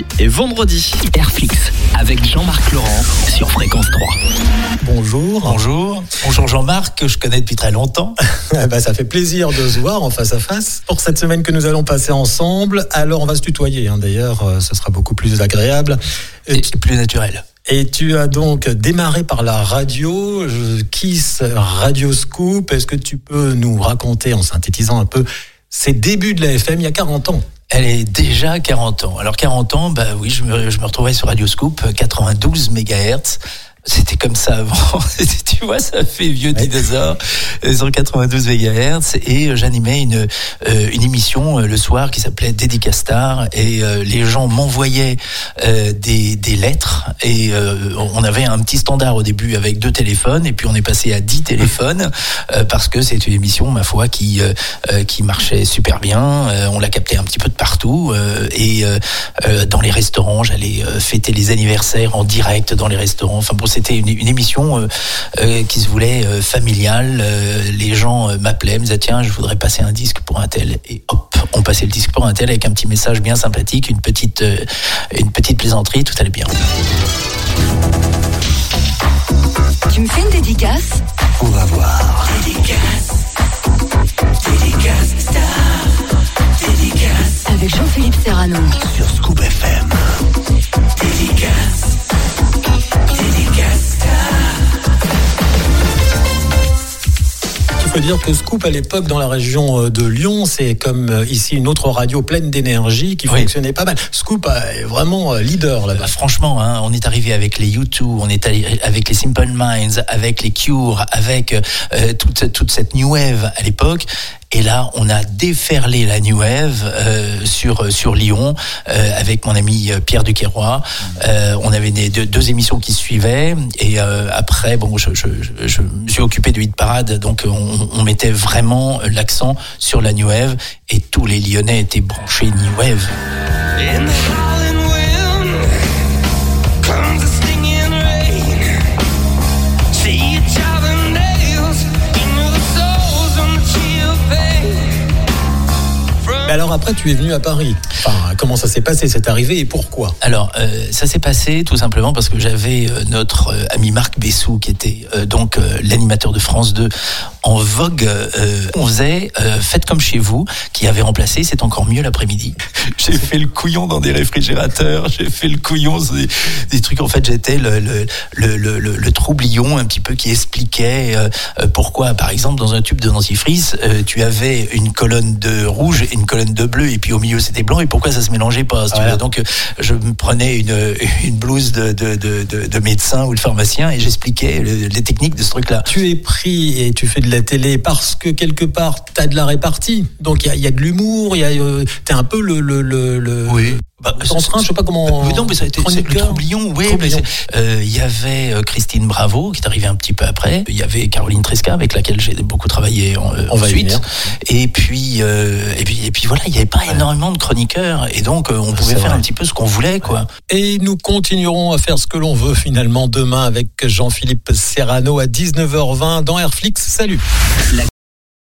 jeudi et vendredi. Airflix avec Jean-Marc Laurent sur Fréquence 3. Bonjour. Bonjour Jean-Marc, que je connais depuis très longtemps. Ça fait plaisir de se voir en face à face pour cette semaine que nous allons passer ensemble. Alors on va se tutoyer, d'ailleurs, ce sera beaucoup plus agréable. Et plus naturel. Et tu as donc démarré par la radio, Kiss Radio Scoop. Est-ce que tu peux nous raconter, en synthétisant un peu, ces débuts de la FM il y a 40 ans ? Elle est déjà 40 ans. Alors 40 ans, oui, je me retrouvais sur Radio Scoop, 92 MHz. C'était comme ça avant. Tu vois, ça fait vieux dinosaure sur 92 MHz. Et j'animais une émission le soir qui s'appelait Dédicastar. Et les gens m'envoyaient des lettres. Et on avait un petit standard au début avec 2 téléphones. Et puis on est passé à 10 téléphones parce que c'est une émission, ma foi, qui marchait super bien. On la captait un petit peu de partout. Et dans les restaurants, j'allais fêter les anniversaires en direct dans les restaurants. Enfin bon, c'était une émission qui se voulait familiale. Les gens m'appelaient, me disaient tiens, je voudrais passer un disque pour un tel. Et hop, on passait le disque pour un tel avec un petit message bien sympathique, une petite plaisanterie, tout allait bien. Tu me fais une dédicace ? On va voir. Dédicace Star. Dédicace. Avec Jean-Philippe Serrano. Sur Scoop FM. Dédicace. Il faut dire que Scoop, à l'époque, dans la région de Lyon, c'est comme ici une autre radio pleine d'énergie qui fonctionnait pas mal. Scoop est vraiment leader là-bas. Franchement, on est arrivé avec les U2, on est allé avec les Simple Minds, avec les Cure, avec toute cette New Wave à l'époque. Et là, on a déferlé la New Wave sur Lyon avec mon ami Pierre Duquesroy. On avait deux émissions qui suivaient. Et après, je me suis occupé de Hit Parade. Donc, on mettait vraiment l'accent sur la New Wave. Et tous les Lyonnais étaient branchés New Wave. Alors après, tu es venu à Paris. Enfin, comment ça s'est passé, cette arrivée, et pourquoi ? Alors, ça s'est passé tout simplement parce que j'avais notre ami Marc Bessou, qui était donc l'animateur de France 2 en vogue. On faisait Faites comme chez vous, qui avait remplacé C'est encore mieux l'après-midi. J'ai fait le couillon dans des réfrigérateurs, j'ai fait le couillon sur des trucs. En fait, j'étais le troublion un petit peu qui expliquait pourquoi, par exemple, dans un tube de dentifrice, tu avais une colonne de rouge et une colonne de bleu, et puis au milieu c'était blanc, et pourquoi ça se mélangeait pas, si tu veux. Donc je me prenais une blouse de médecin ou de pharmacien et j'expliquais les techniques de ce truc-là. Tu es pris et tu fais de la télé parce que quelque part t'as de la répartie, donc il y a de l'humour, t'es un peu le oui. En train, je sais pas comment. Non, mais ça a été le troublion. Oui, il y avait Christine Bravo qui est arrivée un petit peu après. Il y avait Caroline Tresca avec laquelle j'ai beaucoup travaillé ensuite. Et puis voilà, il y avait pas énormément de chroniqueurs et donc on pouvait faire un petit peu ce qu'on voulait, quoi. Et nous continuerons à faire ce que l'on veut finalement demain avec Jean-Philippe Serrano à 19h20 dans Airflix. Salut.